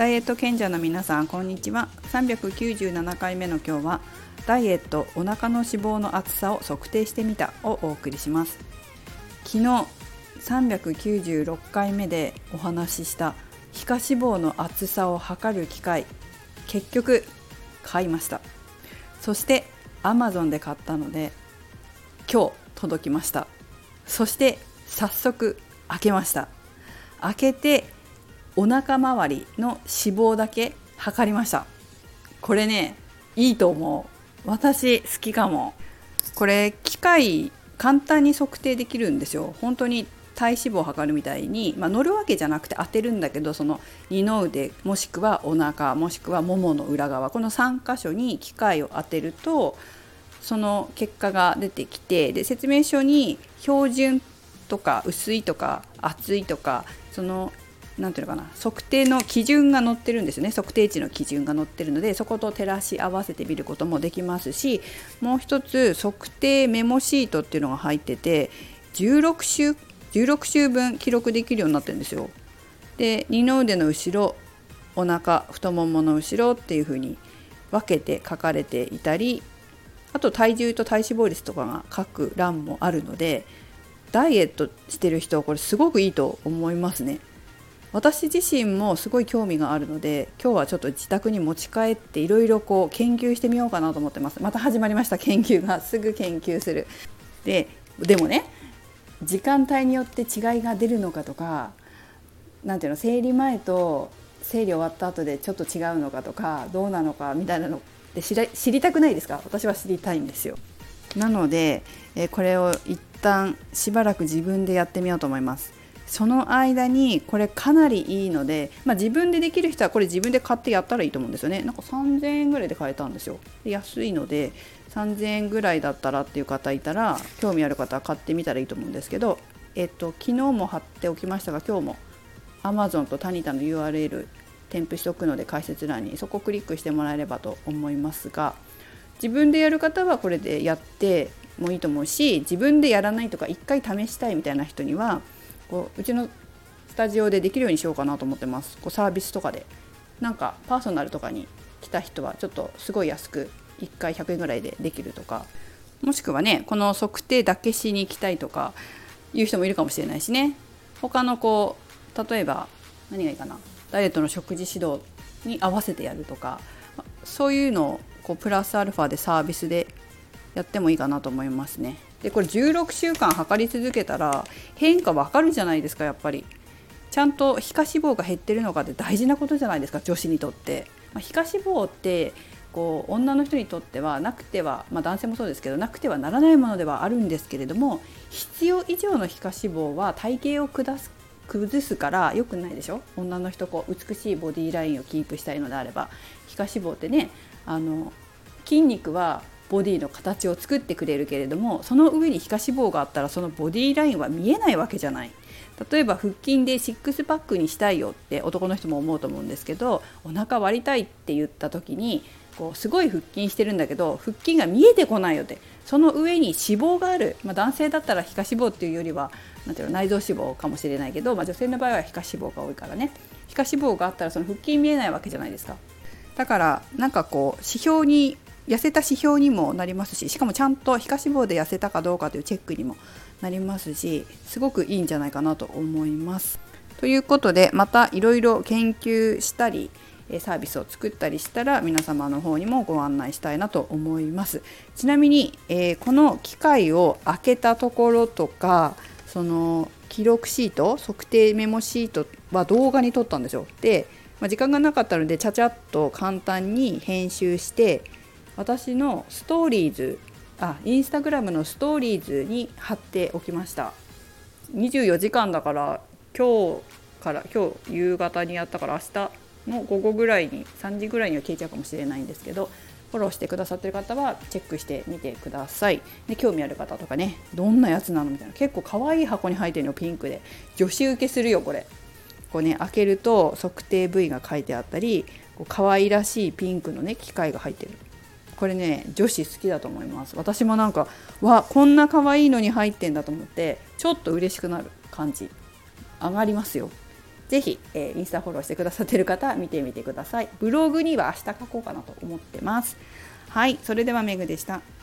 ダイエット賢者の皆さん、こんにちは。397回目の今日はダイエットお腹の脂肪の厚さを測定してみたをお送りします。昨日396回目でお話しした皮下脂肪の厚さを測る機械、結局買いました。そして Amazon で買ったので今日届きました。そして早速開けました。開けてお腹周りの脂肪だけ測りました。これね、いいと思う。私好きかも。これ機械簡単に測定できるんですよ。本当に体脂肪を測るみたいに、乗るわけじゃなくて当てるんだけど、その二の腕もしくはお腹もしくはももの裏側、この3箇所に機械を当てるとその結果が出てきて、で説明書に標準とか薄いとか厚いとか、そのなんていうのかな、測定の基準が載ってるんですよね。測定値の基準が載ってるので、そこと照らし合わせてみることもできますし、もう一つ測定メモシートっていうのが入ってて、16週分記録できるようになってるんですよ。で、二の腕の後ろ、お腹、太ももの後ろっていう風に分けて書かれていたり、あと体重と体脂肪率とかが書く欄もあるので、ダイエットしてる人はこれすごくいいと思いますね。私自身もすごい興味があるので、今日はちょっと自宅に持ち帰っていろいろ研究してみようかなと思ってます。また始まりました、研究が。すぐ研究する。でもね、時間帯によって違いが出るのかとか、なんていうの、生理前と生理終わった後でちょっと違うのかとか、どうなのかみたいなので知りたくないですか？私は知りたいんですよ。なのでこれを一旦しばらく自分でやってみようと思います。その間にこれかなりいいので、自分でできる人はこれ自分で買ってやったらいいと思うんですよね。なんか3000円ぐらいで買えたんですよ。で、安いので3000円ぐらいだったらっていう方いたら、興味ある方は買ってみたらいいと思うんですけど、昨日も貼っておきましたが、今日も Amazon とタニタの URL 添付しておくので、解説欄にそこをクリックしてもらえればと思いますが、自分でやる方はこれでやってもいいと思うし、自分でやらないとか一回試したいみたいな人にはうちのスタジオでできるようにしようかなと思ってます。サービスとかで、なんかパーソナルとかに来た人はちょっとすごい安く1回100円ぐらいでできるとか、もしくはね、この測定だけしに行きたいとかいう人もいるかもしれないしね。他の例えば何がいいかな、ダイエットの食事指導に合わせてやるとか、そういうのをプラスアルファでサービスでやってもいいかなと思いますね。でこれ16週間測り続けたら変化わかるじゃないですか。やっぱりちゃんと皮下脂肪が減ってるのかって大事なことじゃないですか、女子にとって。皮下脂肪って女の人にとってはなくては、男性もそうですけど、なくてはならないものではあるんですけれども、必要以上の皮下脂肪は体型を崩すから良くないでしょ。女の人美しいボディラインをキープしたいのであれば、皮下脂肪ってね、筋肉はボディの形を作ってくれるけれども、その上に皮下脂肪があったらそのボディラインは見えないわけじゃない。例えば腹筋でシックスパックにしたいよって男の人も思うと思うんですけど、お腹割りたいって言った時にすごい腹筋してるんだけど腹筋が見えてこないよって、その上に脂肪がある、男性だったら皮下脂肪っていうよりはなんていうの、内臓脂肪かもしれないけど、女性の場合は皮下脂肪が多いからね、皮下脂肪があったらその腹筋見えないわけじゃないですか。だからなんか指標に、痩せた指標にもなりますし、しかもちゃんと皮下脂肪で痩せたかどうかというチェックにもなりますし、すごくいいんじゃないかなと思います。ということで、またいろいろ研究したりサービスを作ったりしたら皆様の方にもご案内したいなと思います。ちなみに、この機械を開けたところとか、その記録シート、測定メモシートは動画に撮ったんですよ。で、時間がなかったのでちゃちゃっと簡単に編集して私のストーリーズ、インスタグラムのストーリーズに貼っておきました。24時間だから、今日夕方にやったから明日の午後ぐらいに、3時ぐらいには消えちゃうかもしれないんですけど、フォローしてくださってる方はチェックしてみてください。で、興味ある方とかね、どんなやつなのみたいな、結構可愛い箱に入ってるの、ピンクで女子受けするよこれ。開けると測定部位が書いてあったり、可愛らしいピンクのね機械が入ってる。これね、女子好きだと思います。私もなんかこんな可愛いのに入ってんだと思ってちょっと嬉しくなる感じ、上がりますよ。 ぜひ、インスタフォローしてくださっている方は見てみてください。ブログには明日書こうかなと思ってます。はい、それではめぐでした。